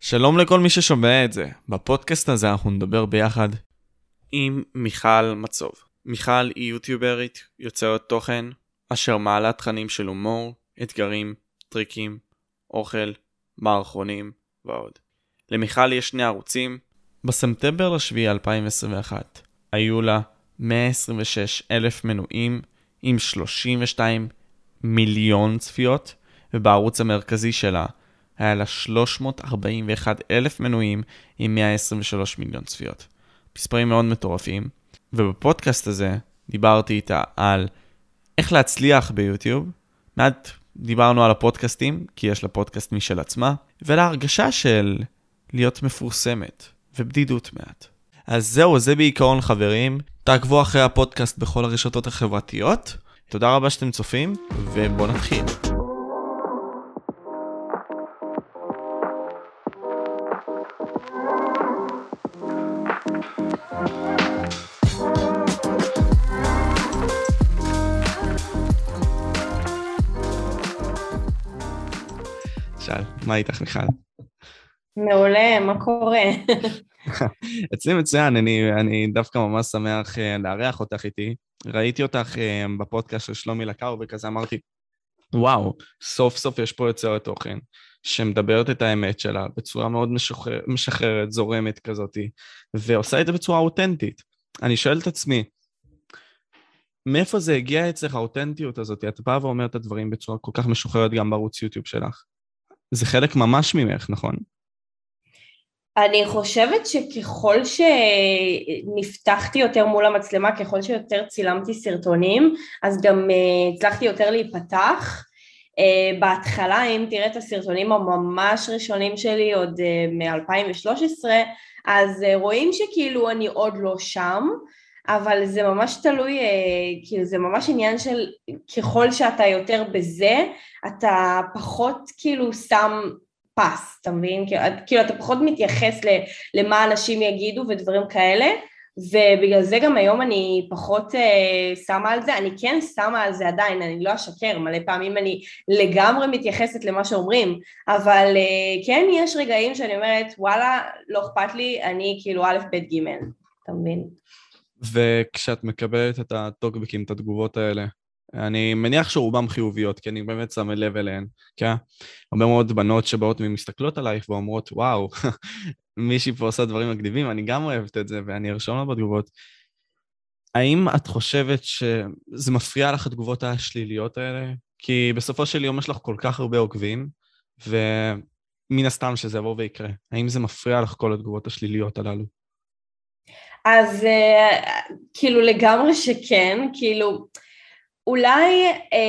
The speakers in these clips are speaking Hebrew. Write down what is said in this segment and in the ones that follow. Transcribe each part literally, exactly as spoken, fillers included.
שלום לכל מי ששומע את זה. בפודקאסט הזה אנחנו נדבר ביחד עם מיכל מצוב. מיכל היא יוטיוברית, יוצרת תוכן, אשר מעלה תכנים של הומור, אתגרים, טריקים, אוכל, מערכונים ועוד. למיכל יש שני ערוצים. בספטמבר לשביעי אלפיים עשרים ואחת היו לה מאה עשרים ושש אלף מנויים עם שלושים ושתיים מיליון צפיות, ובערוץ המרכזי שלה היה לה שלוש מאות ארבעים ואחד אלף מנויים עם מאה עשרים ושלוש מיליון צפיות. מספרים מאוד מטורפים. ובפודקאסט הזה דיברתי איתה על איך להצליח ביוטיוב. מעט דיברנו על הפודקאסטים, כי יש לה פודקאסט משל עצמה, ולהרגשה של להיות מפורסמת, ובדידות מעט. אז זהו, זה בעיקרון חברים. תעקבו אחרי הפודקאסט בכל הרשתות החברתיות. תודה רבה שאתם צופים, ובואו נתחיל. שאל, מה איתך מיכל? מעולה, מה קורה? אצלי מצוין, אני, אני דווקא ממש שמח uh, לארח אותך איתי. ראיתי אותך uh, בפודקאסט של שלומי לקאו, וכזה אמרתי, וואו, סוף סוף יש פה יוצרת תוכן, שמדברת את האמת שלה, בצורה מאוד משחרר, משחררת, זורמת כזאת, ועושה את זה בצורה אותנטית. אני שואל את עצמי, מאיפה זה הגיע אצלך האותנטיות הזאת? את באה ואומרת את הדברים בצורה כל כך משוחררת גם בערוץ יוטיוב שלך. זה חלק ממש ממך, נכון? אני חושבת שככל שנפתחתי יותר מול המצלמה, ככל שיותר צילמתי סרטונים, אז גם uh, הצלחתי יותר להיפתח. Uh, בהתחלה, אם תראה את הסרטונים הממש ראשונים שלי, עוד uh, מ-אלפיים ושלוש עשרה, אז uh, רואים שכאילו אני עוד לא שם, אבל זה ממש תלוי, uh, כאילו זה ממש עניין של ככל שאתה יותר בזה, אתה פחות כאילו שם פס, אתה מבין? כאילו אתה פחות מתייחס למה אנשים יגידו ודברים כאלה, ובגלל זה גם היום אני פחות uh, שמה על זה, אני כן שמה על זה עדיין, אני לא אשקר, מלא פעמים אני לגמרי מתייחסת למה שאומרים, אבל uh, כן יש רגעים שאני אומרת, וואלה, לא אכפת לי, אני כאילו א' ב' ג', אתה מבין? וכשאת מקבלת את הטוקבקים, את התגובות האלה, אני מניח שרובם חיוביות, כי אני באמת שם לב אליהן, כן? הרבה מאוד בנות שבאות ומסתכלות עלייך ואומרות, וואו, מישהי פה עושה דברים מגניבים, אני גם אוהבת את זה, ואני ארשום לה בתגובות. האם את חושבת שזה מפריע לך התגובות השליליות האלה? כי בסופו של יום יש לך כל כך הרבה עוקבים, ומן הסתם שזה יבוא ויקרה. האם זה מפריע לך כל התגובות השליליות הללו? אז כאילו לגמרי שכן, כאילו אולי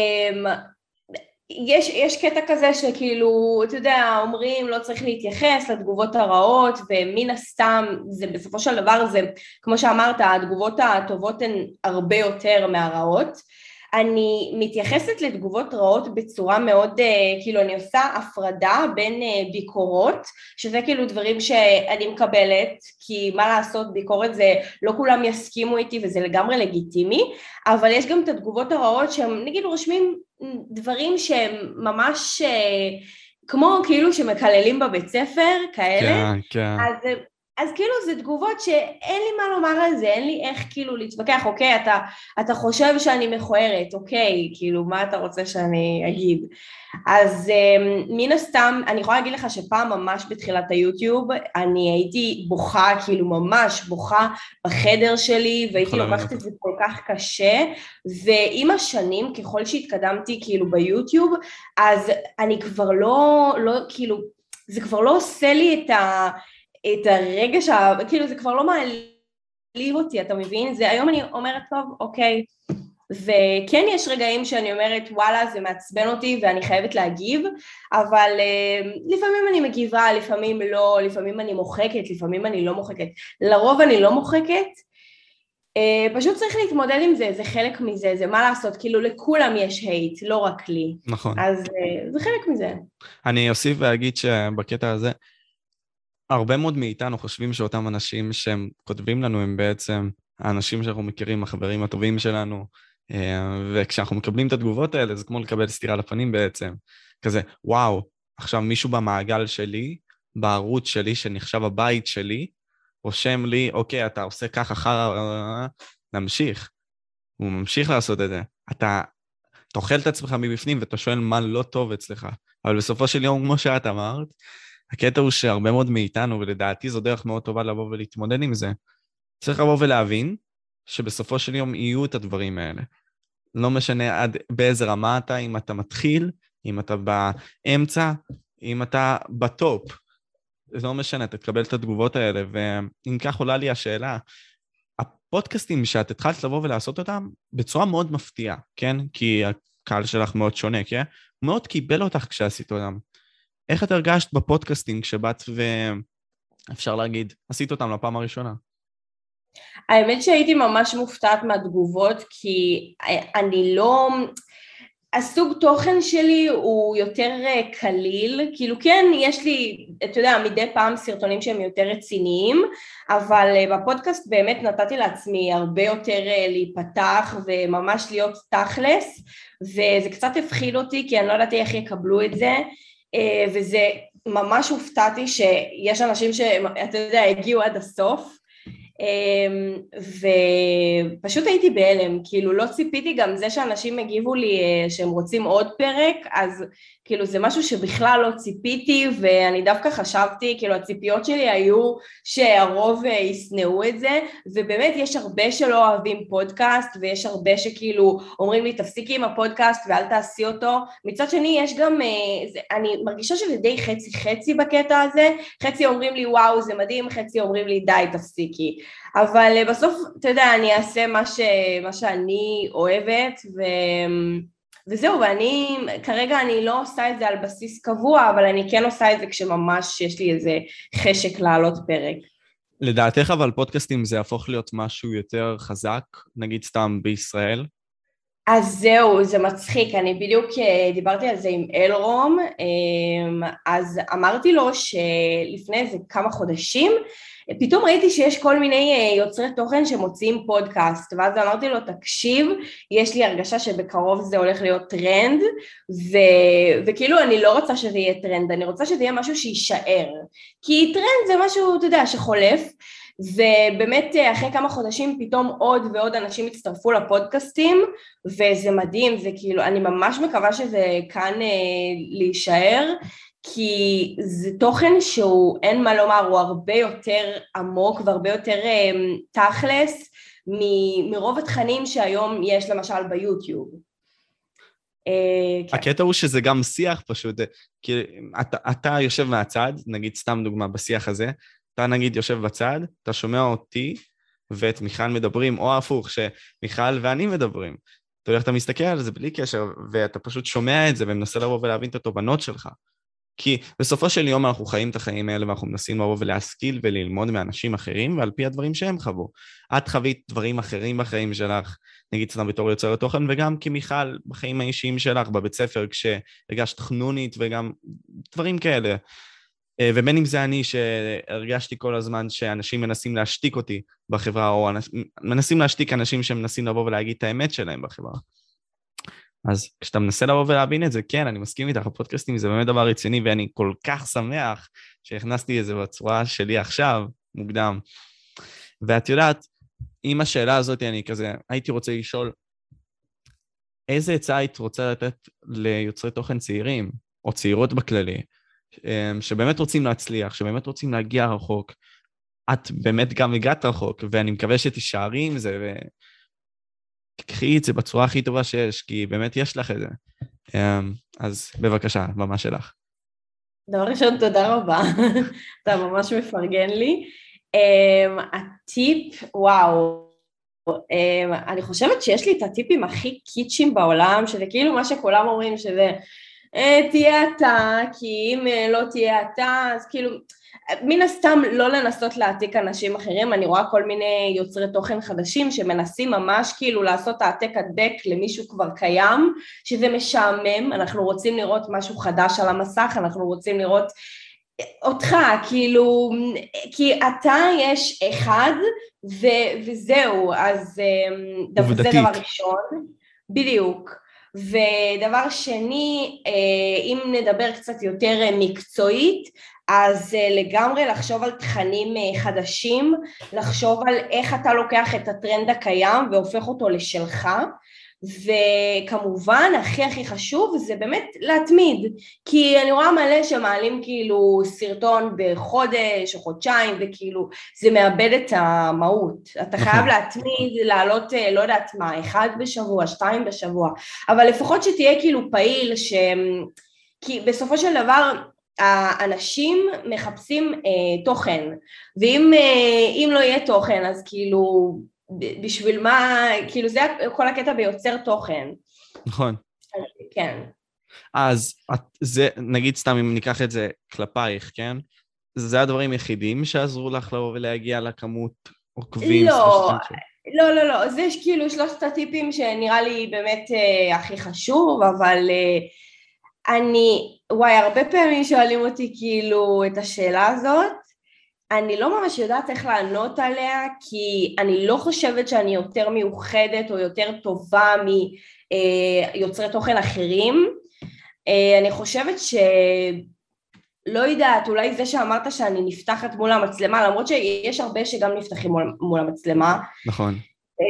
יש, יש קטע כזה שכאילו, אתה יודע, אומרים לא צריך להתייחס לתגובות הרעות, ומן הסתם זה בסופו של דבר זה, כמו שאמרת, התגובות הטובות הן הרבה יותר מהרעות. אני מתייחסת לתגובות רעות בצורה מאוד, כאילו אני עושה הפרדה בין ביקורות, שזה כאילו דברים שאני מקבלת, כי מה לעשות, ביקורת זה, לא כולם יסכימו איתי וזה לגמרי לגיטימי, אבל יש גם את התגובות הרעות שהם נגיד רושמים דברים שהם ממש כמו כאילו שמקללים בבית ספר, כאלה, כן, כן. אז... אז כאילו זה תגובות שאין לי מה לומר על זה, אין לי איך כאילו להתווכח, אוקיי, אתה, אתה חושב שאני מכוערת, אוקיי, כאילו מה אתה רוצה שאני אגיד? אז מן הסתם, אני יכולה להגיד לך שפעם ממש בתחילת היוטיוב, אני הייתי בוכה, כאילו ממש בוכה בחדר שלי, והייתי לוקחת את זה כל כך קשה, ועם השנים, ככל שהתקדמתי כאילו ביוטיוב, אז אני כבר לא, לא כאילו, זה כבר לא עושה לי את ה... את הרגע שה... כאילו זה כבר לא מעליב אותי, אתה מבין? זה היום אני אומרת, טוב, אוקיי. וכן יש רגעים שאני אומרת, וואלה, זה מעצבן אותי ואני חייבת להגיב, אבל uh, לפעמים אני מגיבה, לפעמים לא, לפעמים אני מוחקת, לפעמים אני לא מוחקת. לרוב אני לא מוחקת, uh, פשוט צריך להתמודד עם זה, זה חלק מזה, זה מה לעשות, כאילו לכולם יש הייט, לא רק לי. נכון. אז uh, זה חלק מזה. אני אוסיף ואגיד שבקטע הזה, הרבה מאוד מאיתנו חושבים שאותם אנשים שהם כותבים לנו הם בעצם האנשים שאנחנו מכירים, החברים הטובים שלנו, וכשאנחנו מקבלים את התגובות האלה, זה כמו לקבל סתירה לפנים בעצם. כזה, וואו, עכשיו מישהו במעגל שלי בערוץ שלי, שנחשב הבית שלי, רושם לי, אוקיי, אתה עושה ככה, חרא, נמשיך. הוא ממשיך לעשות את זה. אתה תאכל את עצמך מבפנים, ואתה שואל מה לא טוב אצלך. אבל בסופו של יום, כמו שאת אמרת, הקטע הוא שהרבה מאוד מאיתנו, ולדעתי זו דרך מאוד טובה לבוא ולהתמודד עם זה, צריך לבוא ולהבין שבסופו של יום יהיו את הדברים האלה. לא משנה עד באיזה רמה אתה, אם אתה מתחיל, אם אתה באמצע, אם אתה בטופ. זה לא משנה, אתה תקבל את התגובות האלה, ואם כך עולה לי השאלה, הפודקאסטים שאת התחלת לבוא ולעשות אותם, בצורה מאוד מפתיעה, כן? כי הקהל שלך מאוד שונה, כן? הוא מאוד קיבל אותך כשעשית אותם. איך את הרגשת בפודקאסטים כשבאת ואפשר להגיד, עשית אותם לפעם הראשונה? האמת שהייתי ממש מופתעת מהתגובות, כי אני לא... הסוג תוכן שלי הוא יותר קליל, כאילו כן, יש לי, אתה יודע, מדי פעם סרטונים שהם יותר רציניים, אבל בפודקאסט באמת נתתי לעצמי הרבה יותר להיפתח וממש להיות תכלס, וזה קצת הפחיד אותי, כי אני לא ידעתי איך יקבלו את זה, וזה ממש הופתעתי שיש אנשים שאתה יודע, הגיעו עד הסוף, ופשוט הייתי בהלם, כאילו לא ציפיתי גם זה שאנשים הגיבו לי שהם רוצים עוד פרק, אז כאילו זה משהו שבכלל לא ציפיתי, ואני דווקא חשבתי, כאילו הציפיות שלי היו שהרוב יסנאו את זה, ובאמת יש הרבה שלא אוהבים פודקאסט, ויש הרבה שכאילו אומרים לי תפסיקי עם הפודקאסט ואל תעשי אותו, מצד שני יש גם, אני מרגישה שזה די חצי חצי בקטע הזה, חצי אומרים לי וואו זה מדהים, חצי אומרים לי די תפסיקי, אבל בסוף אתה יודע אני אעשה מה, ש, מה שאני אוהבת, ו... וזהו, ואני, כרגע אני לא עושה את זה על בסיס קבוע, אבל אני כן עושה את זה כשממש יש לי איזה חשק לעלות פרק. לדעתך אבל פודקאסטים זה יהפוך להיות משהו יותר חזק, נגיד סתם בישראל? אז זהו, זה מצחיק, אני בדיוק דיברתי על זה עם אלרום, אז אמרתי לו שלפני איזה כמה חודשים, פתאום ראיתי שיש כל מיני יוצרי תוכן שמוציאים פודקאסט, ואז אמרתי לו, תקשיב, יש לי הרגשה שבקרוב זה הולך להיות טרנד, ו... וכאילו אני לא רוצה שזה יהיה טרנד, אני רוצה שזה יהיה משהו שישאר, כי טרנד זה משהו, אתה יודע, שחולף, ובאמת אחרי כמה חודשים פתאום עוד ועוד אנשים הצטרפו לפודקאסטים, וזה מדהים, זה כאילו, אני ממש מקווה שזה כאן להישאר, כי זה תוכן שהוא, אין מה לומר, הוא הרבה יותר עמוק והרבה יותר תכלס מ- מרוב התכנים שהיום יש למשל ביוטיוב. הקטע הוא שזה גם שיח פשוט, כי אתה, אתה יושב מהצד, נגיד סתם דוגמה בשיח הזה, אתה נגיד יושב בצד, אתה שומע אותי ואת מיכל מדברים, או הפוך, שמיכל ואני מדברים. אתה הולך, אתה מסתכל על זה בלי קשר, ואתה פשוט שומע את זה, ומנסה לבוא ולהבין את התובנות שלך. כי בסופו של יום אנחנו חיים את החיים האלה, ואנחנו מנסים לבוא ולהשכיל וללמוד מאנשים אחרים, ועל פי הדברים שהם חוו. את חווית דברים אחרים בחיים שלך, נגיד סתם בתור יוצרת תוכן, וגם כמיכל בחיים האישיים שלך, בבית ספר, כשהרגשת חנונית, וגם דברים כאלה. ובין אם זה אני שהרגשתי כל הזמן שאנשים מנסים להשתיק אותי בחברה, או מנסים להשתיק אנשים שמנסים לבוא ולהגיד את האמת שלהם בחברה. אז כשאתה מנסה לבוא ולהבין את זה, כן, אני מסכים איתך, הפודקאסטים זה באמת דבר רציני, ואני כל כך שמח שהכנסתי את זה בצורה שלי עכשיו, מוקדם. ואת יודעת, עם השאלה הזאת אני כזה, הייתי רוצה לשאול, איזה עצה היית רוצה לתת ליוצרי תוכן צעירים, או צעירות בכללי, שבאמת רוצים להצליח, שבאמת רוצים להגיע רחוק, את באמת גם הגעת רחוק, ואני מקווה שתישארי עם זה, ותקחי את זה בצורה הכי טובה שיש, כי באמת יש לך את זה. אז בבקשה, במה שלך. דבר ראשון, תודה רבה, אתה ממש מפרגן לי. הטיפ, וואו, אני חושבת שיש לי את הטיפים הכי קיצ'ים בעולם, שזה כאילו מה שכולם אומרים שזה, תהיה אתה, כי אם לא תהיה אתה, אז כאילו, מן הסתם לא לנסות להעתיק אנשים אחרים, אני רואה כל מיני יוצרי תוכן חדשים שמנסים ממש כאילו לעשות העתק הדק למישהו כבר קיים, שזה משעמם, אנחנו רוצים לראות משהו חדש על המסך, אנחנו רוצים לראות אותך, כאילו, כי אתה יש אחד ו- וזהו, אז עובדתית. זה דבר ראשון, בדיוק. ודבר שני, אם נדבר קצת יותר מקצועית, אז לגמרי לחשוב על תכנים חדשים, לחשוב על איך אתה לוקח את הטרנד הקיים והופך אותו לשלך, וכמובן הכי הכי חשוב זה באמת להתמיד, כי אני רואה מלא שמעלים כאילו סרטון בחודש או חודשיים וכאילו זה מאבד את המהות, אתה חייב להתמיד, לעלות לא יודעת מה, אחד בשבוע, שתיים בשבוע, אבל לפחות שתהיה כאילו פעיל, ש... כי בסופו של דבר האנשים מחפשים אה, תוכן, ואם אה, אם לא יהיה תוכן אז כאילו בשביל מה, כאילו זה כל הקטע ביוצר תוכן. נכון. כן. אז זה, נגיד סתם אם ניקח את זה כלפייך, כן? זה הדברים יחידים שעזרו לך לבוא ולהגיע לכמות עוקבים? לא, לא, לא, לא, זה יש כאילו שלושת הטיפים שנראה לי באמת אה, הכי חשוב, אבל אה, אני, וואי, הרבה פעמים שואלים אותי כאילו את השאלה הזאת, אני לא ממש יודעת איך לענות עליה, כי אני לא חושבת שאני יותר מיוחדת או יותר טובה מיוצרי תוכן אחרים. אני חושבת שלא יודעת, אולי זה שאמרת שאני נפתחת מול המצלמה, למרות שיש הרבה שגם נפתחים מול, מול המצלמה. נכון.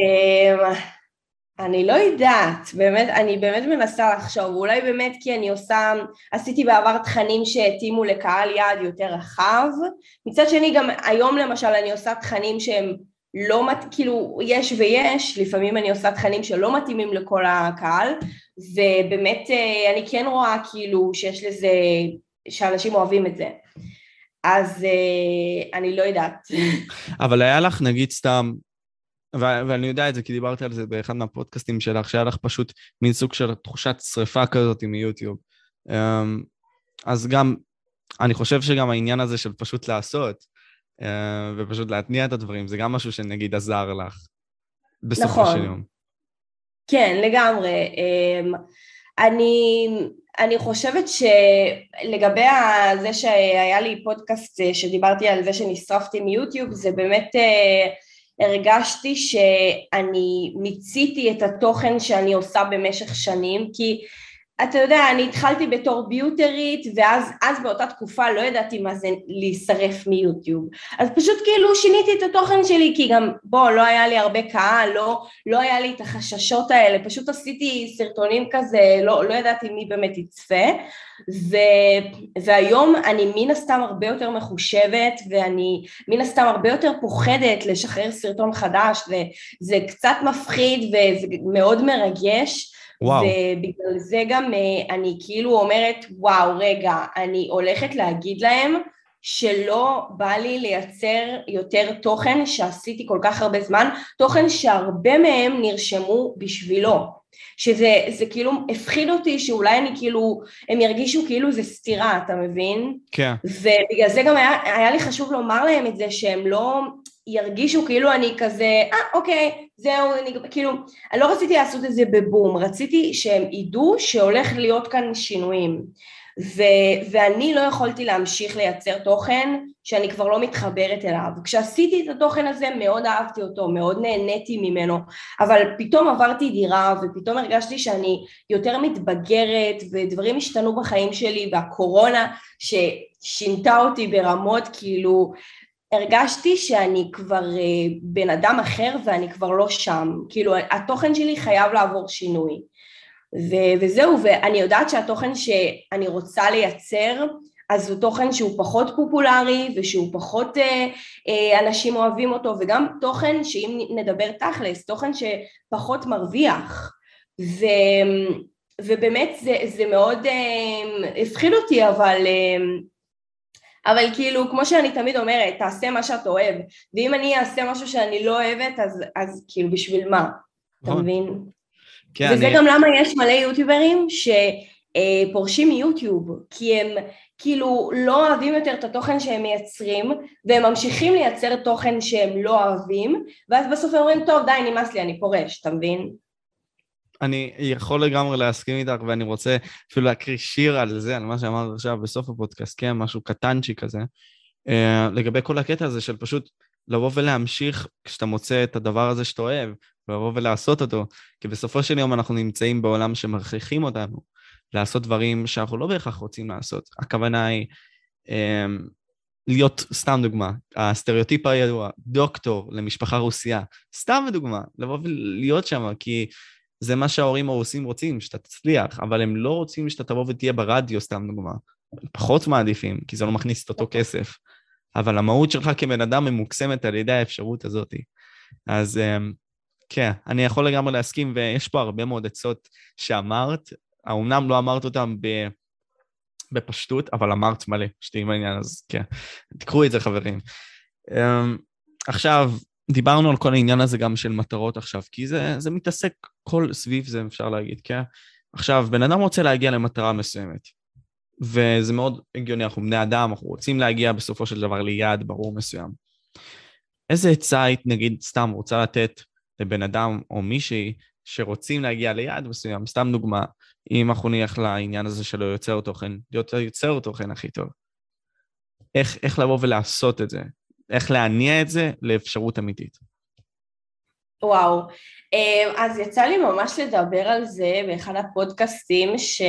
אני לא יודעת, באמת, אני באמת מנסה לחשוב, אולי באמת כי אני עושה, עשיתי בעבר תכנים שהתאימו לקהל יעד יותר רחב, מצד שני גם היום למשל אני עושה תכנים שהם לא, כאילו יש ויש, לפעמים אני עושה תכנים שלא מתאימים לכל הקהל, ובאמת אני כן רואה כאילו שיש לזה, שאנשים אוהבים את זה, אז אני לא יודעת. אבל היה לך נגיד סתם, ואני יודע את זה כי דיברתי על זה באחד מהפודקאסטים שלך, שהיה לך פשוט מין סוג של תחושת שריפה כזאת עם יוטיוב. אז גם, אני חושב שגם העניין הזה של פשוט לעשות, ופשוט להתניע את הדברים, זה גם משהו שנגיד עזר לך, בסופו של יום. כן, לגמרי. אני, אני חושבת שלגבי זה שהיה לי פודקאסט שדיברתי על זה שנשרפתי מיוטיוב, זה באמת... הרגשתי שאני מיציתי את התוכן שאני עושה במשך שנים, כי אתה יודע, אני התחלתי בתור ביוטרית, ואז אז באותה תקופה לא ידעתי מה זה להישרף מיוטיוב, אז פשוט כאילו שיניתי את התוכן שלי, כי גם בוא, לא היה לי הרבה קהל, לא, לא היה לי את החששות האלה, פשוט עשיתי סרטונים כזה, לא, לא ידעתי מי באמת יצפה, ו, והיום אני מן הסתם הרבה יותר מחושבת, ואני מן הסתם הרבה יותר פוחדת לשחרר סרטון חדש, וזה קצת מפחיד וזה מאוד מרגש, וואו. ובגלל זה גם אני כאילו אומרת, וואו, רגע, אני הולכת להגיד להם שלא בא לי לייצר יותר תוכן שעשיתי כל כך הרבה זמן, תוכן שהרבה מהם נרשמו בשבילו, שזה זה כאילו הפחיד אותי שאולי אני כאילו, הם ירגישו כאילו זה סתירה, אתה מבין? כן. ובגלל זה גם היה, היה לי חשוב לומר להם את זה, שהם לא... ירגישו כאילו אני כזה, אה, אוקיי, זהו, אני, כאילו, אני לא רציתי לעשות את זה בבום, רציתי שהם ידעו שהולך להיות כאן שינויים, ו, ואני לא יכולתי להמשיך לייצר תוכן שאני כבר לא מתחברת אליו, כשעשיתי את התוכן הזה מאוד אהבתי אותו, מאוד נהניתי ממנו, אבל פתאום עברתי דירה, ופתאום הרגשתי שאני יותר מתבגרת, ודברים השתנו בחיים שלי, והקורונה ששינתה אותי ברמות, כאילו, הרגשתי שאני כבר בן אדם אחר ואני כבר לא שם, כאילו התוכן שלי חייב לעבור שינוי, ו- וזהו, ואני יודעת שהתוכן שאני רוצה לייצר, אז הוא תוכן שהוא פחות פופולרי ושהוא פחות אה, אה, אנשים אוהבים אותו, וגם תוכן שאם נדבר תכלס, תוכן שפחות מרוויח, ו- ובאמת זה, זה מאוד אה, הפחיד אותי, אבל... אה, אבל כאילו, כמו שאני תמיד אומרת, תעשה מה שאת אוהב, ואם אני אעשה משהו שאני לא אוהבת, אז, אז כאילו בשביל מה? אתה מבין? כן, וזה אני... גם למה יש מלא יוטיוברים שפורשים מיוטיוב, כי הם כאילו לא אוהבים יותר את התוכן שהם מייצרים, והם ממשיכים לייצר תוכן שהם לא אוהבים, ואז בסוף הם אומרים, טוב, די, נמאס לי, אני פורש, אתה מבין? אני יכול לגמרי להסכים איתך, ואני רוצה אפילו להקריא שיר על זה, על מה שאמרת עכשיו בסוף הפודקאסט, כן, משהו קטנצ'י כזה, לגבי כל הקטע הזה של פשוט לבוא ולהמשיך כשאתה מוצא את הדבר הזה שאתה אוהב, לבוא ולעשות אותו, כי בסופו של יום אנחנו נמצאים בעולם שמרחיכים אותנו, לעשות דברים שאנחנו לא בהכרח רוצים לעשות. הכוונה היא להיות, סתם דוגמה, הסטריאוטיפ הידוע, דוקטור למשפחה רוסייה, סתם דוגמה, לבוא ולהיות שם, כי זה מה שההורים הרוסים רוצים, שאתה תצליח, אבל הם לא רוצים שאתה תבוא ותהיה ברדיו, סתם דוגמה. פחות מעדיפים, כי זה לא מכניס את אותו כסף. אבל המהות שלך כבן אדם ממוקסמת על ידי האפשרות הזאת. אז כן, אני יכול לגמרי להסכים, ויש פה הרבה מאוד עצות שאמרת, האומנם לא אמרת אותם בפשטות, אבל אמרת מלא, שתהיה בעניין, אז כן, תקחו את זה חברים. עכשיו, דיברנו על כל העניין הזה גם של מטרות עכשיו, כי זה, זה מתעסק כל סביב זה, אפשר להגיד, כן? עכשיו, בן אדם רוצה להגיע למטרה מסוימת, וזה מאוד הגיוני, אנחנו בני אדם, אנחנו רוצים להגיע בסופו של דבר ליעד ברור מסוים. איזה עצה היית, נגיד, סתם רוצה לתת לבן אדם או מישהי שרוצים להגיע ליעד מסוים, סתם דוגמה, אם אנחנו נלך לעניין הזה שלו יוצר תוכן, להיות יוצר תוכן הכי טוב. איך, איך לבוא ולעשות את זה? איך להניע את זה לאפשרות אמיתית? וואו, אז יצא לי ממש לדבר על זה באחד הפודקאסטים ש...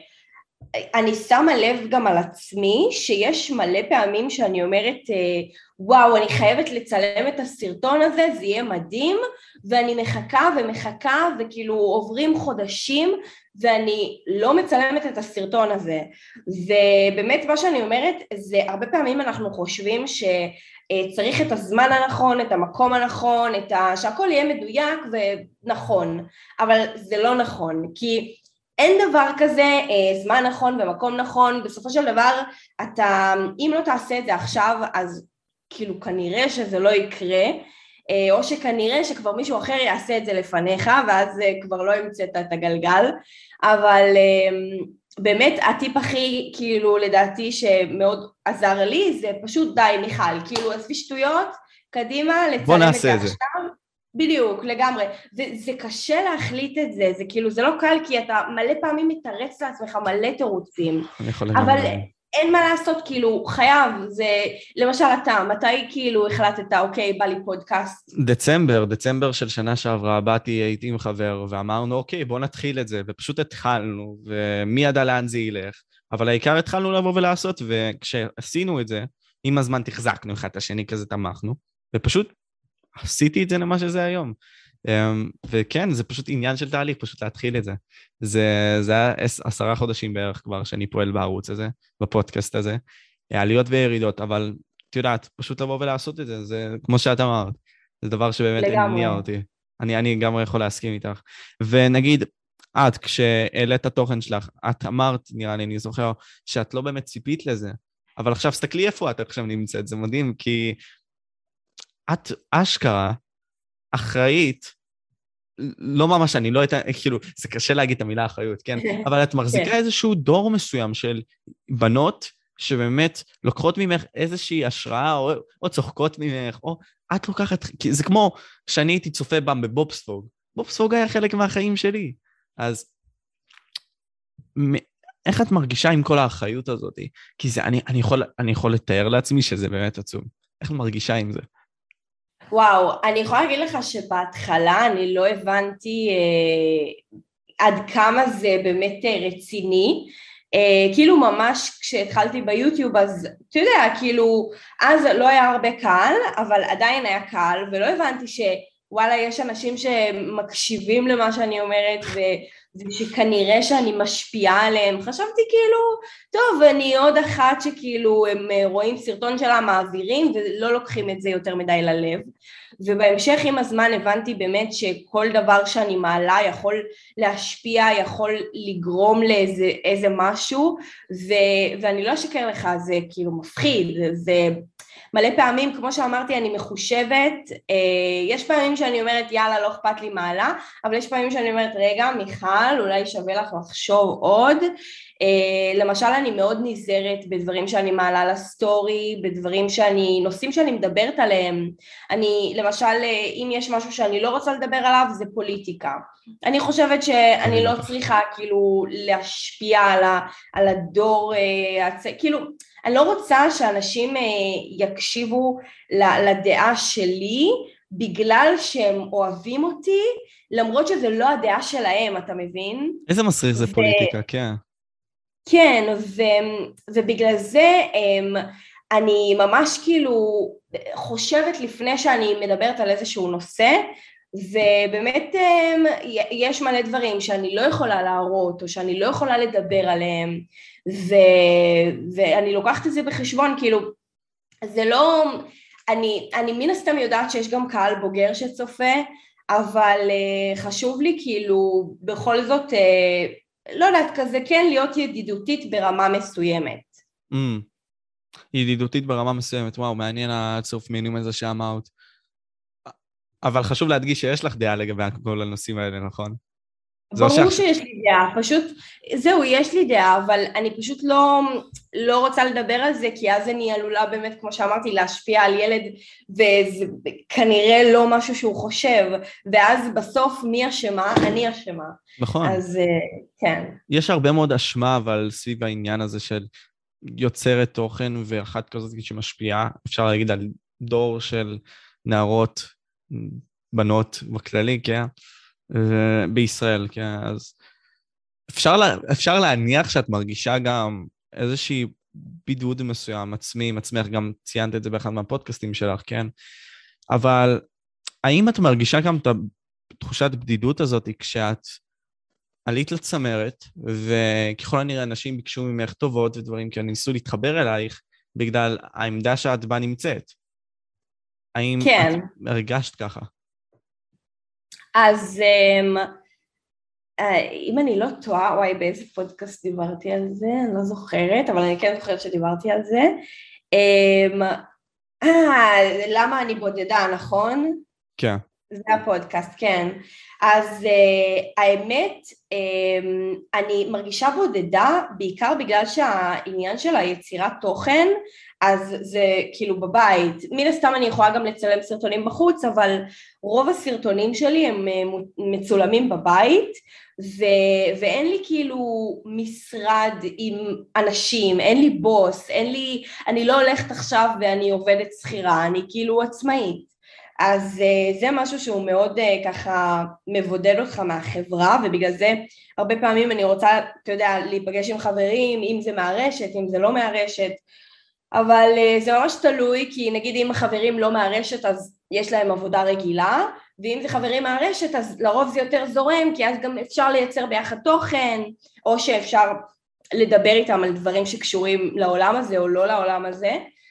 אני שמה לב גם על עצמי שיש מלא פעמים שאני אומרת וואו אני חייבת לצלם את הסרטון הזה זה יהיה מדהים ואני מחכה ומחכה וכאילו עוברים חודשים ואני לא מצלמת את הסרטון הזה ובאמת מה שאני אומרת זה הרבה פעמים אנחנו חושבים שצריך את הזמן הנכון את המקום הנכון את ה... שהכל יהיה מדויק ונכון אבל זה לא נכון כי אין דבר כזה, זמן נכון ומקום נכון, בסופו של דבר, אתה, אם לא תעשה את זה עכשיו, אז כאילו כנראה שזה לא יקרה, או שכנראה שכבר מישהו אחר יעשה את זה לפניך, ואז כבר לא ימצאת את הגלגל, אבל באמת הטיפ הכי, כאילו לדעתי שמאוד עזר לי, זה פשוט די מיכל, כאילו עזבי שטויות, קדימה, לצלם את זה עכשיו. בדיוק, לגמרי, וזה קשה להחליט את זה, זה כאילו, זה לא קל כי אתה מלא פעמים מתרץ לעצמך מלא תירוצים, אבל אין מה לעשות, כאילו, חייב, זה, למשל אתה, מתי כאילו החלטת, אוקיי, בא לי פודקאסט? דצמבר, דצמבר של שנה שעברה, באתי, הייתי עם חבר, ואמרנו, אוקיי, בוא נתחיל את זה, ופשוט התחלנו, ומי ידע לאן זה ילך, אבל העיקר התחלנו לבוא ולעשות, וכשעשינו את זה, עם הזמן תחזקנו אחד את השני, כזה תמכנו, ופשוט עשיתי את זה למה שזה היום. וכן, זה פשוט עניין של תהליך, פשוט להתחיל את זה. זה, זה היה עשרה חודשים בערך כבר שאני פועל בערוץ הזה, בפודקאסט הזה. עליות וירידות, אבל את יודעת, פשוט לבוא ולעשות את זה, זה כמו שאת אמרת, זה דבר שבאמת הניע אותי. אני, אני גם יכול להסכים איתך. ונגיד, את, כשהעלית את התוכן שלך, את אמרת, נראה לי, אני זוכר, שאת לא באמת ציפית לזה, אבל עכשיו סתכלי איפה את עכשיו נמצאת, זה מדהים, כי את אשכרה, אחראית, לא ממש אני לא אתן, כאילו, זה קשה להגיד את המילה אחריות, כן? אבל את מחזיקה איזשהו דור מסוים של בנות, שבאמת לוקחות ממך איזושהי השראה, או, או צוחקות ממך, או את לוקחת, זה כמו שאני הייתי צופה בם בבובספוג, בובספוג היה חלק מהחיים שלי, אז איך את מרגישה עם כל האחריות הזאת? כי זה, אני, אני יכול, אני יכול לתאר לעצמי שזה באמת עצוב. איך את מרגישה עם זה? וואו, אני יכולה להגיד לך שבהתחלה אני לא הבנתי אה, עד כמה זה באמת רציני, אה, כאילו ממש כשהתחלתי ביוטיוב אז אתה יודע, כאילו אז לא היה הרבה קהל, אבל עדיין היה קהל ולא הבנתי שוואלה יש אנשים שמקשיבים למה שאני אומרת ו... ושכנראה שאני משפיעה עליהם, חשבתי כאילו, טוב, אני עוד אחת שכאילו הם רואים סרטון שלה מעבירים ולא לוקחים את זה יותר מדי ללב, ובהמשך עם הזמן הבנתי באמת שכל דבר שאני מעלה יכול להשפיע, יכול לגרום לאיזה איזה משהו, ו, ואני לא אשקר לך, זה כאילו מפחיד, זה מלא פעמים, כמו שאמרתי, אני מחושבת, יש פעמים שאני אומרת, יאללה, לא אכפת לי מעלה, אבל יש פעמים שאני אומרת, רגע, מיכל, אולי שווה לך לחשוב עוד, למשל, אני מאוד נזהרת בדברים שאני מעלה לסטורי, בדברים שאני, נושאים שאני מדברת עליהם, אני, למשל, אם יש משהו שאני לא רוצה לדבר עליו, זה פוליטיקה. אני חושבת שאני לא צריכה, כאילו, להשפיע על, ה, על הדור, כאילו, אני לא רוצה שאנשים יקשיבו לדעה שלי, בגלל שהם אוהבים אותי, למרות שזה לא הדעה שלהם, אתה מבין? איזה מסריח זה פוליטיקה, כן. כן, ו, ובגלל זה אני ממש כאילו חושבת לפני שאני מדברת על איזשהו נושא, ובאמת יש מלא דברים שאני לא יכולה להראות, או שאני לא יכולה לדבר עליהם, ו, ואני לוקחת את זה בחשבון, כאילו, זה לא, אני, אני מן הסתם יודעת שיש גם קהל בוגר שצופה, אבל חשוב לי כאילו בכל זאת, לא יודעת, כזה כן להיות ידידותית ברמה מסוימת. Mm, ידידותית ברמה מסוימת, וואו, מעניין הצירוף מילים הזה שאמרת. אבל חשוב להדגיש שיש לך דעה לגבי כל הנושאים האלה, נכון? ברור שיש לי דעה, פשוט, זהו, יש לי דעה, אבל אני פשוט לא, לא רוצה לדבר על זה, כי אז אני עלולה באמת, כמו שאמרתי, להשפיע על ילד, וזה כנראה לא משהו שהוא חושב, ואז בסוף מי אשמה? אני אשמה. נכון. אז כן. יש הרבה מאוד אשמה, אבל סביב העניין הזה של יוצרת תוכן, ואחת כזאת שמשפיעה, אפשר להגיד על דור של נערות, בנות בכללי, כן? בישראל, כן, אז אפשר, לה, אפשר להניח שאת מרגישה גם איזושהי בידוד מסוים, עצמי, עם עצמך, גם ציינת את זה באחד מהפודקאסטים שלך, כן, אבל האם את מרגישה גם את תחושת בדידות הזאת כשאת עלית לצמרת, וככל הנראה אנשים ביקשו ממך טובות ודברים, כי ניסו להתחבר אלייך בגלל העמדה שאת בה נמצאת? האם כן. את הרגשת ככה? אז אם אני לא טועה, וואי, באיזה פודקאסט דיברתי על זה, אני לא זוכרת, אבל אני כן זוכרת שדיברתי על זה. אה, למה אני בודדה, נכון? כן. זה הפודקאסט, כן. אז האמת, אני מרגישה בודדה, בעיקר בגלל שהעניין של היצירת תוכן, אז זה כאילו בבית. מן הסתם אני יכולה גם לצלם סרטונים בחוץ, אבל רוב הסרטונים שלי הם מצולמים בבית, ו- ואין לי כאילו משרד עם אנשים, אין לי בוס, אין לי, אני לא הולכת עכשיו ואני עובדת שכירה, אני כאילו עצמאית. אז זה משהו שהוא מאוד ככה מבודד אותך מהחברה, ובגלל זה הרבה פעמים אני רוצה, אתה יודע, להיפגש עם חברים, אם זה מהרשת, אם זה לא מהרשת, אבל זה ממש תלוי, כי נגיד אם החברים לא מהרשת אז יש להם עבודה רגילה, ואם זה חברים מהרשת אז לרוב זה יותר זורם, כי אז גם אפשר לייצר ביחד תוכן, או שאפשר לדבר איתם על דברים שקשורים לעולם הזה או לא לעולם הזה,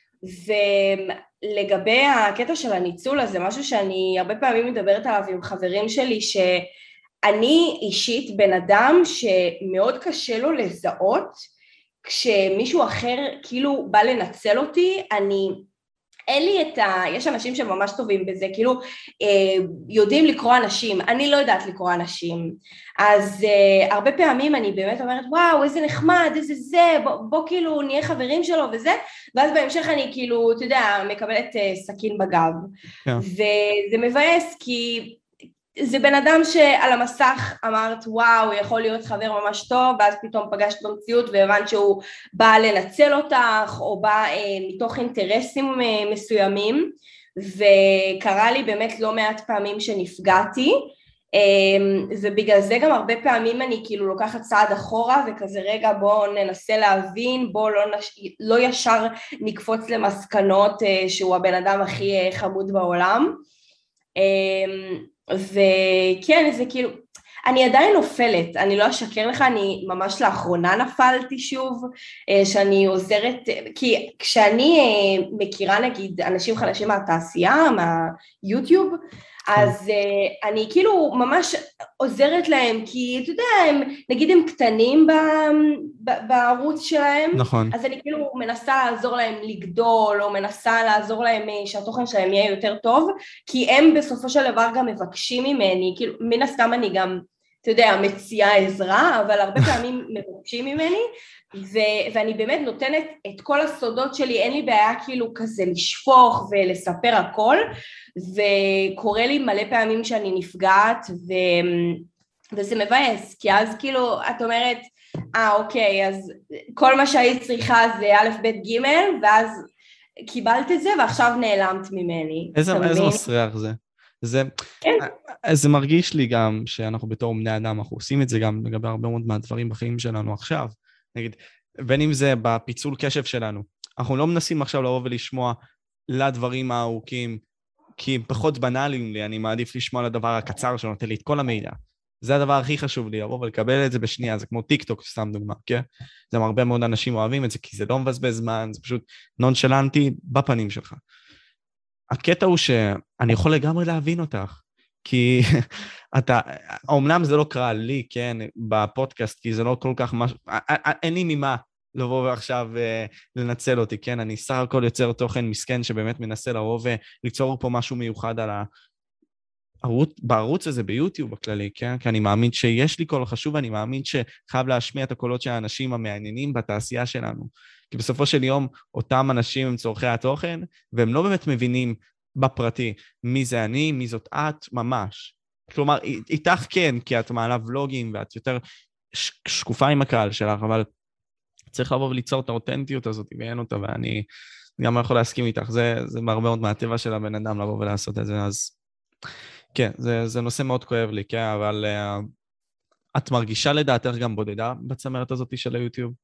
ולגבי הקטע של הניצול הזה, משהו שאני הרבה פעמים מדברת עליו עם חברים שלי, שאני אישית בן אדם שמאוד קשה לו לזהות, כשמישהו אחר כאילו בא לנצל אותי, אני, אין לי את ה... יש אנשים שממש טובים בזה, כאילו אה, יודעים לקרוא אנשים, אני לא יודעת לקרוא אנשים, אז אה, הרבה פעמים אני באמת אומרת, וואו, איזה נחמד, איזה זה, בוא, בוא כאילו נהיה חברים שלו וזה, ואז בהמשך אני כאילו, אתה יודע, מקבלת אה, סכין בגב, yeah. וזה מבאס כי... זה בן אדם שעל המסך אמרת, וואו, הוא יכול להיות חבר ממש טוב, ואז פתאום פגשת במציאות והבנת שהוא בא לנצל אותך, או בא אה, מתוך אינטרסים אה, מסוימים, וקרה לי באמת לא מעט פעמים שנפגעתי, אה, ובגלל זה גם הרבה פעמים אני כאילו לוקחת צעד אחורה, וכזה רגע בוא ננסה להבין, בוא לא, נש... לא ישר נקפוץ למסקנות אה, שהוא הבן אדם הכי אה, חמוד בעולם, אה, וכן, זה כאילו, אני עדיין נופלת, אני לא אשקר לך, אני ממש לאחרונה נפלתי שוב, שאני עוזרת, כי כשאני מכירה נגיד אנשים חדשים מהתעשייה, מהיוטיוב, אז אני כאילו ממש עוזרת להם, כי אתה יודע, הם, נגיד הם קטנים בערוץ שלהם, נכון. אז אני כאילו מנסה לעזור להם לגדול, או מנסה לעזור להם שהתוכן שלהם יהיה יותר טוב, כי הם בסופו של דבר גם מבקשים ממני, כאילו מן הסתם אני גם, אתה יודע, מציעה עזרה, אבל הרבה פעמים מבקשים ממני, ו- ואני באמת נותנת את כל הסודות שלי, אין לי בעיה כאילו כזה לשפוך ולספר הכל, וקורה לי מלא פעמים שאני נפגעת, ו- וזה מבאס, כי אז כאילו את אומרת, אה אוקיי, אז כל מה שהיית צריכה זה א' ב' ג', ואז קיבלת את זה ועכשיו נעלמת ממני. איזה, איזה מסריח זה. זה, כן. זה מרגיש לי גם שאנחנו בתור בני אדם, אנחנו עושים את זה גם לגבי הרבה מאוד מהדברים בחיים שלנו עכשיו, נגיד, בין אם זה בפיצול קשב שלנו, אנחנו לא מנסים עכשיו לבוא ולשמוע לדברים הארוכים, כי הם פחות בנאליים לי, אני מעדיף לשמוע לדבר הקצר שנותן לי את כל המידע. זה הדבר הכי חשוב לי, לבוא ולקבל את זה בשנייה, זה כמו טיק טוק, סתם דוגמה, כן? זה הרבה מאוד אנשים אוהבים את זה, כי זה לא מבזבז זמן, זה פשוט נונשלנטי בפנים שלך. הקטע הוא שאני יכול לגמרי להבין אותך, כי אתה, אומנם זה לא קרה לי, כן, בפודקאסט, כי זה לא כל כך משהו, אין לי ממה לבוא ועכשיו לנצל אותי, כן, אני סך הכל יוצר תוכן מסכן שבאמת מנסה לרוב וליצור פה משהו מיוחד על הערוץ, בערוץ הזה ביוטיוב בכללי, כן, כי אני מאמין שיש לי קול חשוב, אני מאמין שחייב להשמיע את הקולות של האנשים המעניינים בתעשייה שלנו, כי בסופו של יום אותם אנשים הם צורכי התוכן, והם לא באמת מבינים בפרטי מי זה אני, מי זאת את, ממש. כלומר, איתך כן, כי את מעלה ולוגים ואת יותר שקופה עם הקהל שלך, אבל צריך לבוא וליצור את האותנטיות הזאת, ואין אותה, ואני גם יכול להסכים איתך, זה, זה הרבה מאוד מהטבע של הבן אדם לבוא ולעשות את זה, אז כן, זה, זה נושא מאוד כואב לי, כן, אבל uh, את מרגישה לדעתך גם בודדה בצמרת הזאת של היוטיוב?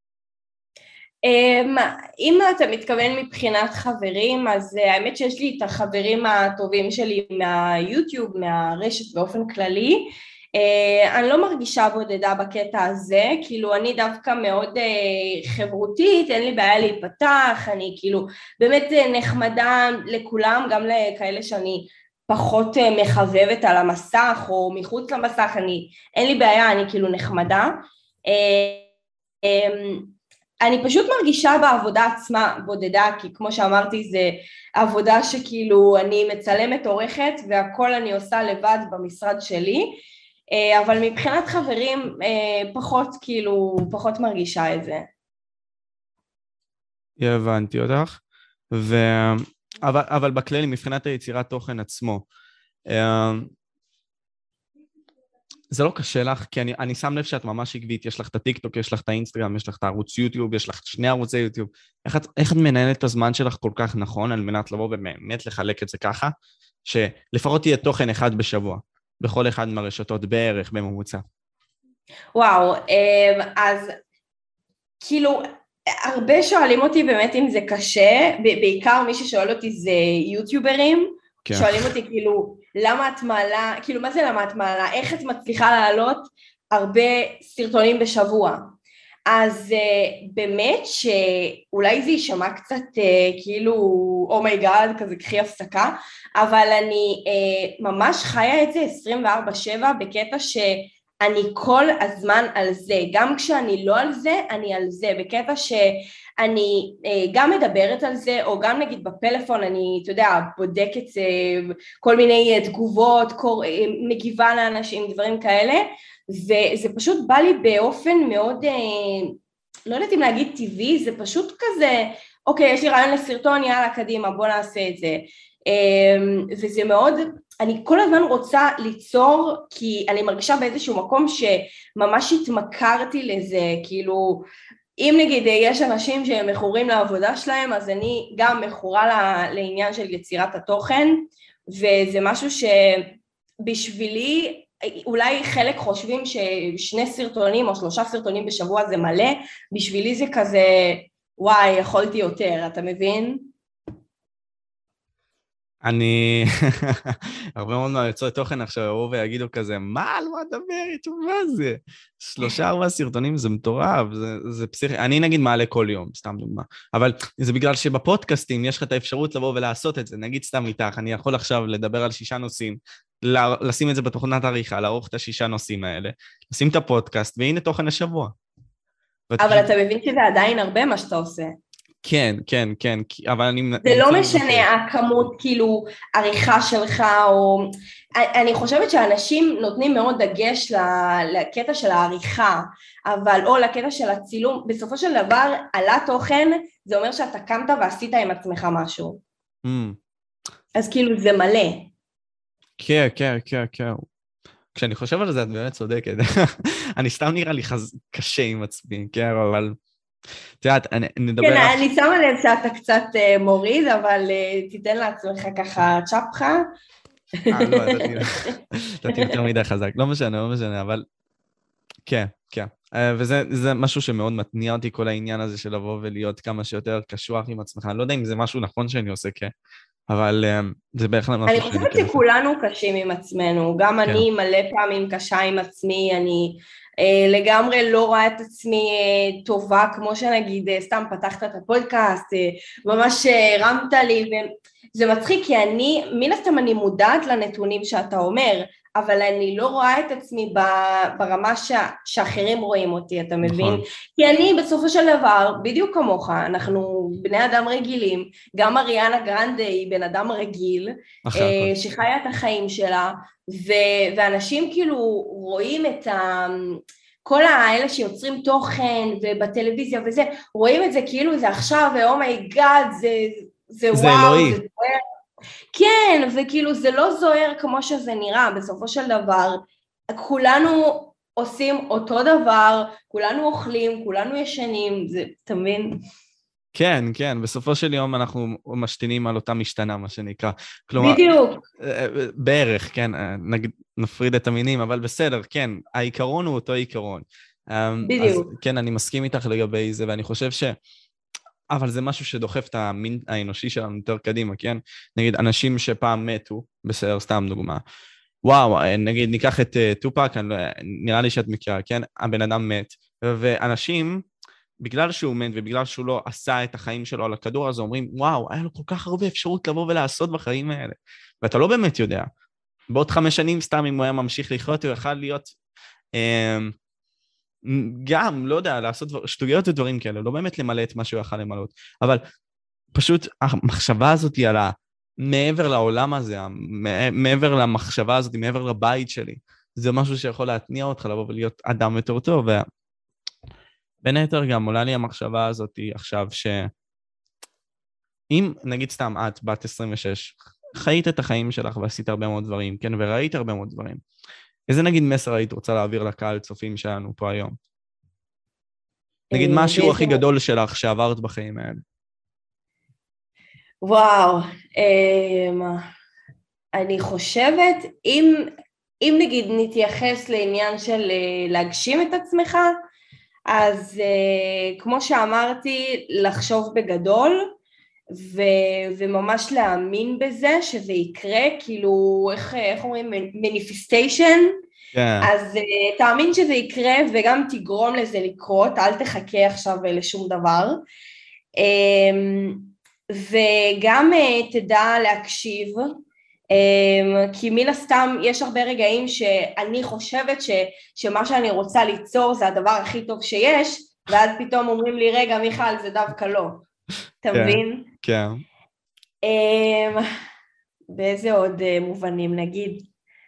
Um, אם אתה מתכוון מבחינת חברים, אז uh, האמת שיש לי את החברים הטובים שלי מהיוטיוב, מהרשת באופן כללי, Uh, אני לא מרגישה בודדה בקטע הזה, כאילו אני דווקא מאוד uh, חברותית, אין לי בעיה להיפתח, אני כאילו באמת uh, נחמדה לכולם, גם לכאלה שאני פחות uh, מחבבת על המסך או מחוץ למסך, אני, אין לי בעיה, אני כאילו נחמדה. Uh, um, אני פשוט מרגישה בעבודה עצמה בודדה, כי כמו שאמרתי זה עבודה שכאילו אני מצלמת עורכת והכל אני עושה לבד במשרד שלי, אבל מבחינת חברים פחות כאילו, פחות מרגישה את זה. הבנתי אותך, ו... אבל, אבל בכללי מבחינת היצירת תוכן עצמו, זה לא קשה לך, כי אני, אני שם לב שאת ממש עקבית, יש לך את הטיקטוק, יש לך את האינסטגרם, יש לך את הערוץ יוטיוב, יש לך שני ערוצי יוטיוב, איך את, איך את מנהלת את הזמן שלך כל כך נכון, על מנת לבוא ובאמת לחלק את זה ככה, שלפחות יהיה תוכן אחד בשבוע. בכל אחד מהרשתות בערך בממוצע. וואו, אז כאילו הרבה שואלים אותי באמת אם זה קשה, בעיקר מי ששואל אותי זה יוטיוברים, כן. שואלים אותי כאילו למה את מעלה, כאילו מה זה למה את מעלה, איך את מצליחה לעלות הרבה סרטונים בשבוע. אז uh, באמת שאולי זה יישמע קצת uh, כאילו אומייגאד, oh כזה קחי הפסקה, אבל אני uh, ממש חיה את זה עשרים וארבע שבע בקטע שאני כל הזמן על זה, גם כשאני לא על זה, אני על זה, בקטע שאני uh, גם מדברת על זה, או גם נגיד בפלאפון, אני, אתה יודע, בודקת uh, כל מיני uh, תגובות, קור... uh, מגיבה לאנשים, דברים כאלה, וזה פשוט בא לי באופן מאוד, לא יודעת אם להגיד טבעי, זה פשוט כזה, אוקיי, יש לי רעיון לסרטון, יאללה, קדימה, בוא נעשה את זה. וזה מאוד, אני כל הזמן רוצה ליצור, כי אני מרגישה באיזשהו מקום שממש התמכרתי לזה, כאילו, אם נגיד יש אנשים שהם מכורים לעבודה שלהם, אז אני גם מכורה לעניין של יצירת התוכן, וזה משהו שבשבילי, אולי חלק חושבים ששני סרטונים או שלושה סרטונים בשבוע זה מלא, בשבילי זה כזה, וואי, יכולתי יותר, אתה מבין? אני, הרבה מאוד מהיוצרי תוכן עכשיו יראו ויגידו כזה, מה, על מה דברת, מה זה? שלושה ארבעה סרטונים זה מטורף, זה, זה פסיכי, אני נגיד מעלה כל יום, סתם דוגמה, אבל זה בגלל שבפודקאסטים יש לך את האפשרות לבוא ולעשות את זה, נגיד סתם איתך, אני יכול עכשיו לדבר על שישה נושאים, לשים את זה בתוכנת עריכה, לערוך את השישה נושאים האלה, לשים את הפודקאסט, והנה תוכן השבוע. אבל אתה מבין שזה עדיין הרבה מה שאתה עושה. כן, כן, כן, אבל אני... זה לא משנה הכמות, כאילו, עריכה שלך, או... אני חושבת שאנשים נותנים מאוד דגש לקטע של העריכה, אבל או לקטע של הצילום, בסופו של דבר, עלה תוכן, זה אומר שאתה קמת ועשית עם עצמך משהו. אז כאילו זה מלא. כן, כן, כן, כן. כשאני חושב על זה, את באמת צודקת. אני סתם נראה לי קשה עם עצמי, כן, אבל... תראה, אני נדבר... כן, אני שמה לב שאתה קצת מוריד, אבל תיתן לעצמך ככה צ'פחה. אה, לא, אתה תהיה יותר מדי חזק. לא משנה, לא משנה, אבל... כן, כן. וזה זה משהו שמאוד מתניע אותי, כל העניין הזה של לבוא ולהיות כמה שיותר קשוח עם עצמך. אני לא יודע אם זה משהו נכון שאני עושה, כן, אבל זה בהחלט משהו אני שאני חושבת כן עושה. שכולנו קשים עם עצמנו, גם כן. אני מלא פעמים קשה עם עצמי, אני אה, לגמרי לא רואה את עצמי אה, טובה, כמו שנגיד, אה, סתם פתחת את הפודקאסט, אה, ממש הרמת לי, וזה מצחיק כי אני, מן הסתם אני מודעת לנתונים שאתה אומר, אבל אני לא רואה את עצמי ברמה ש... שאחרים רואים אותי, אתה מבין? נכון. כי אני בסופו של דבר, בדיוק כמוך, אנחנו בני אדם רגילים, גם אריאנה גרנדה היא בן אדם רגיל, שחיה את החיים שלה, ו... ואנשים כאילו רואים את ה... כל האלה שיוצרים תוכן ובטלוויזיה וזה, רואים את זה כאילו זה עכשיו, ואומייגאד, זה, זה, זה וואו, אלוהי. זה זוהר. כן, וכאילו זה לא זוהר כמו שזה נראה, בסופו של דבר, כולנו עושים אותו דבר, כולנו אוכלים, כולנו ישנים, זה, אתה מבין? כן, כן, בסופו של יום אנחנו משתינים על אותה משתנה, מה שנקרא. כלומר, בדיוק. בערך, כן, נגיד, נפריד את המינים, אבל בסדר, כן, העיקרון הוא אותו עיקרון. בדיוק. אז כן, אני מסכים איתך לגבי זה, ואני חושב ש... אבל זה משהו שדוחף את המין האנושי שלנו יותר קדימה, כן? נגיד, אנשים שפעם מתו, בסדר, סתם דוגמה. וואו, נגיד, ניקח את טופק, נראה לי שאת מכירה, כן? הבן אדם מת, ואנשים... בגלל שהוא מת ובגלל שהוא לא עשה את החיים שלו על הכדור הזה, אומרים, וואו, היה לו כל כך הרבה אפשרות לבוא ולעשות בחיים האלה. ואתה לא באמת יודע. בעוד חמש שנים, סתם אם הוא היה ממשיך לחיות, הוא יכל להיות אה, גם, לא יודע, לעשות שטויות ודברים כאלה, לא באמת למלא את מה שהוא יכל למלות. אבל פשוט המחשבה הזאת היא על מעבר לעולם הזה, מעבר למחשבה הזאת, מעבר לבית שלי. זה משהו שיכול להתניע אותך לבוא ולהיות אדם יותר טוב, ו... בין היתר גם עולה לי המחשבה הזאת עכשיו שאם נגיד סתם את בת עשרים ושש, חיית את החיים שלך ועשית הרבה מאוד דברים, כן, וראית הרבה מאוד דברים, איזה נגיד מסר היית רוצה להעביר לקהל צופים שלנו פה היום? נגיד מה השיעור הכי גדול שלך שעברת בחיים האלה? וואו, אני חושבת, אם, אם נגיד נתייחס לעניין של להגשים את עצמך, אז uh, כמו שאמרתי, לחשוב בגדול, ו- וממש להאמין בזה שזה יקרה, כאילו, איך, איך אומרים, מניפיסטיישן, yeah. אז uh, תאמין שזה יקרה וגם תגרום לזה לקרות, אל תחכה עכשיו לשום דבר, um, וגם uh, תדע להקשיב, Um, כי מן הסתם יש הרבה רגעים שאני חושבת ש, שמה שאני רוצה ליצור זה הדבר הכי טוב שיש, ואז פתאום אומרים לי, רגע מיכל זה דווקא לא, אתה מבין? כן. Um, באיזה עוד uh, מובנים נגיד?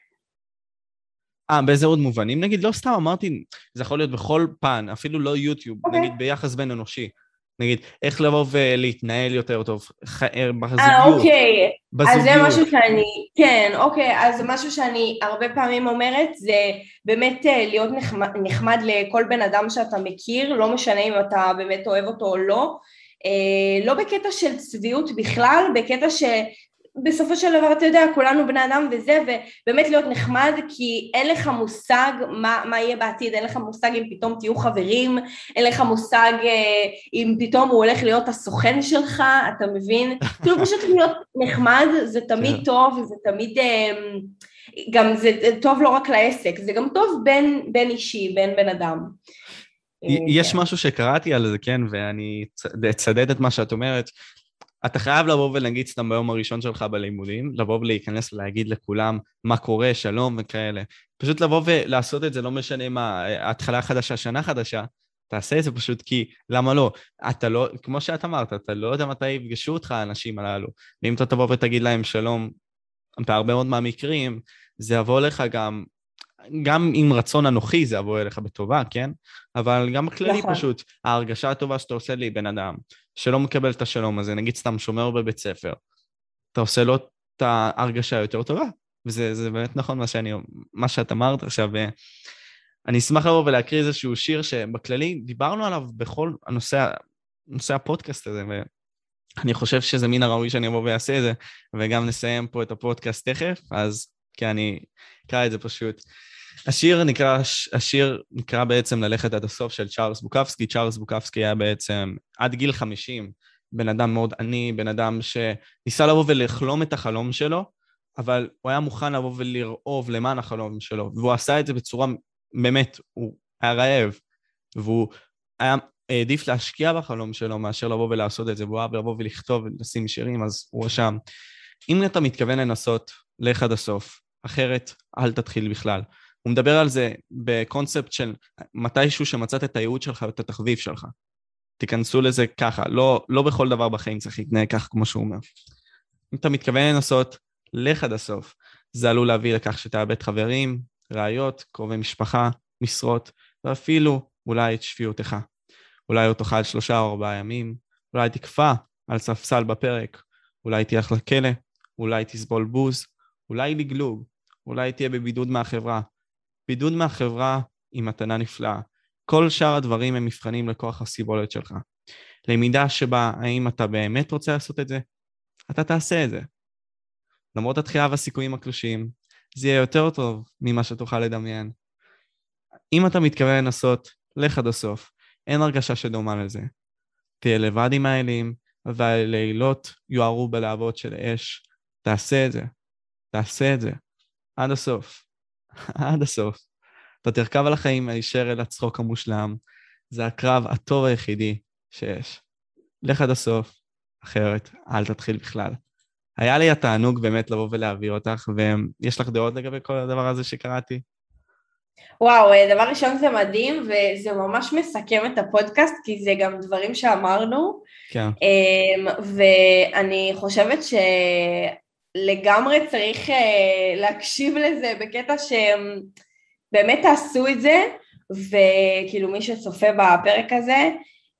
אה, באיזה עוד מובנים? נגיד, לא סתם אמרתי, זה יכול להיות בכל פן, אפילו לא יוטיוב, okay. נגיד ביחס בין אנושי. נגיד, איך לבוא ולהתנהל יותר טוב, בחזוגיות. אה, אוקיי. בזוגיות. אז זה משהו שאני, כן, אוקיי, אז זה משהו שאני הרבה פעמים אומרת, זה באמת להיות נחמד, נחמד לכל בן אדם שאתה מכיר, לא משנה אם אתה באמת אוהב אותו או לא, לא בקטע של צביעות בכלל, בקטע ש... בסופו של דבר, אתה יודע, כולנו בני אדם וזה, ובאמת להיות נחמד, כי אין לך מושג מה, מה יהיה בעתיד, אין לך מושג אם פתאום תהיו חברים, אין לך מושג אם פתאום הוא הולך להיות הסוכן שלך, אתה מבין? כאילו פשוט להיות נחמד, זה תמיד טוב, זה תמיד, גם זה טוב לא רק לעסק, זה גם טוב בין, בין אישי, בין בן אדם. יש משהו שקראתי על זה, כן, ואני אצדד את מה שאת אומרת, אתה חייב לבוא ולהגיד סתם ביום הראשון שלך בלימודים, לבוא ולהיכנס ולהגיד לכולם מה קורה, שלום וכאלה. פשוט לבוא ולעשות את זה, לא משנה מה, התחלה חדשה, שנה חדשה, תעשה את זה פשוט כי, למה לא? אתה לא, כמו שאת אמרת, אתה לא יודע מתי יפגשו אותך האנשים הללו, ואם אתה תבוא ותגיד להם שלום, בהרבה מאוד מהמקרים, זה יבוא לך גם, גם עם רצון אנוכי זה יבוא אליך בטובה, כן? אבל גם בכללי נכון. פשוט, ההרגשה הטובה שאתה עושה לי בן אדם, שלא מקבל את השלום הזה, נגיד סתם שומר בבית ספר, אתה עושה לו את ההרגשה יותר טובה, וזה זה באמת נכון מה, שאני, מה שאת אמרת עכשיו, אני אשמח לבוא ולהקריא איזשהו שיר שבכללי דיברנו עליו בכל הנושא, הנושא הפודקאסט הזה, ואני חושב שזה מן הראוי שאני אבוא ויעשה את זה, וגם נסיים פה את הפודקאסט תכף, אז כי אני אקרא את זה פשוט. השיר נקרא, השיר נקרא בעצם ללכת עד הסוף של צ'ארלס בוקובסקי. צ'ארלס בוקובסקי היה בעצם עד גיל חמישים, בן אדם מאוד עני, בן אדם שניסה לבוא ולחלום את החלום שלו, אבל הוא היה מוכן לבוא ולרעוב למען החלום שלו, והוא עשה את זה בצורה, באמת, הוא היה רעב, והוא היה העדיף להשקיע בחלום שלו, מאשר לבוא ולעשות את זה, והוא היה לבוא ולכתוב ולשים שירים, אז הוא שם. אם אתה מתכוון לנסות, לך עד הסוף, אחרת אל תתחיל בכלל. הוא מדבר על זה בקונספט של מתישהו שמצאת את הייעוד שלך ואת התחביב שלך. תיכנסו לזה ככה, לא, לא בכל דבר בחיים צריך להתנהג כך כמו שהוא אומר. אם אתה מתכוון לנסות, לך עד הסוף. זה עלול להביא לכך שתאבד חברים, ראיות, קרובי משפחה, משרות, ואפילו אולי את שפיותך. אולי לא תאכל שלושה או ארבעה ימים, אולי תקפא על ספסל בפרק, אולי תלך לכלא, אולי תסבול בוז, אולי לגלוג, אולי תהיה בבידוד מהחברה. בידוד מהחברה היא מתנה נפלאה. כל שאר הדברים הם מבחנים לכוח הסיבולת שלך. למידה שבה האם אתה באמת רוצה לעשות את זה, אתה תעשה את זה. למרות התחייה והסיכויים הקלושים, זה יהיה יותר טוב ממה שתוכל לדמיין. אם אתה מתכוון לנסות, לך עד הסוף. אין הרגשה שדומה לזה. תהיה לבד עם האלים, והלילות יוארו בלהבות של אש. תעשה את זה. תעשה את זה. עד הסוף. עד הסוף. אתה תרכב על החיים הישר אל הצחוק המושלם. זה הקרב הטוב היחידי שיש. לך עד הסוף, אחרת אל תתחיל בכלל. היה לי התענוג באמת לבוא ולהעביר אותך, ויש לך דעות לגבי כל הדבר הזה שקראתי? וואו, דבר ראשון זה מדהים, וזה ממש מסכם את הפודקאסט, כי זה גם דברים שאמרנו. כן. ואני חושבת שלגמרי צריך להקשיב לזה בקטע שבאמת תעשו את זה, וכאילו מי שצופה בפרק הזה,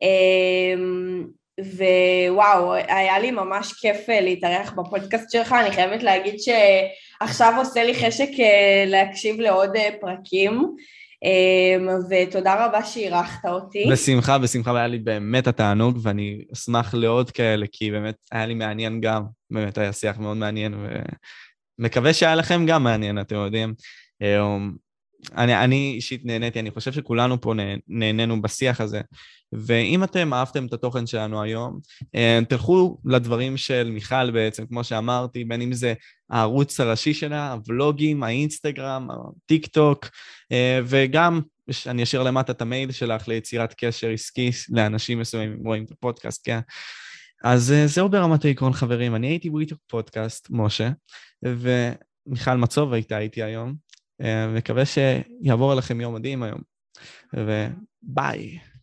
ווואו, היה לי ממש כיף להתארח בפודקאסט שלך. אני חייבת להגיד שעכשיו עושה לי חשק להקשיב לעוד פרקים, ותודה רבה שאירחת אותי. בשמחה, בשמחה, היה לי באמת התענוג, ואני אשמח לעוד כאלה, כי באמת היה לי מעניין גם, באמת היה שיח מאוד מעניין, ומקווה שהיה לכם גם מעניין, אתם יודעים. אני, אני אישית נהניתי, אני חושב שכולנו פה נהנינו בשיח הזה, ואם אתם אהבתם את התוכן שלנו היום, תלכו לדברים של מיכל בעצם, כמו שאמרתי, בין אם זה הערוץ הראשי שלה, הוולוגים, האינסטגרם, הטיק טוק, וגם אני אשאיר למטה את המייל שלך ליצירת קשר עסקי לאנשים מסוימים רואים את הפודקאסט, כן? אז זהו ברמת העיקרון חברים, אני הייתי בוויטוק פודקאסט, משה, ומיכל מצוב הייתה איתי היום, מקווה שיעבור אליכם יום מדהים היום, וביי.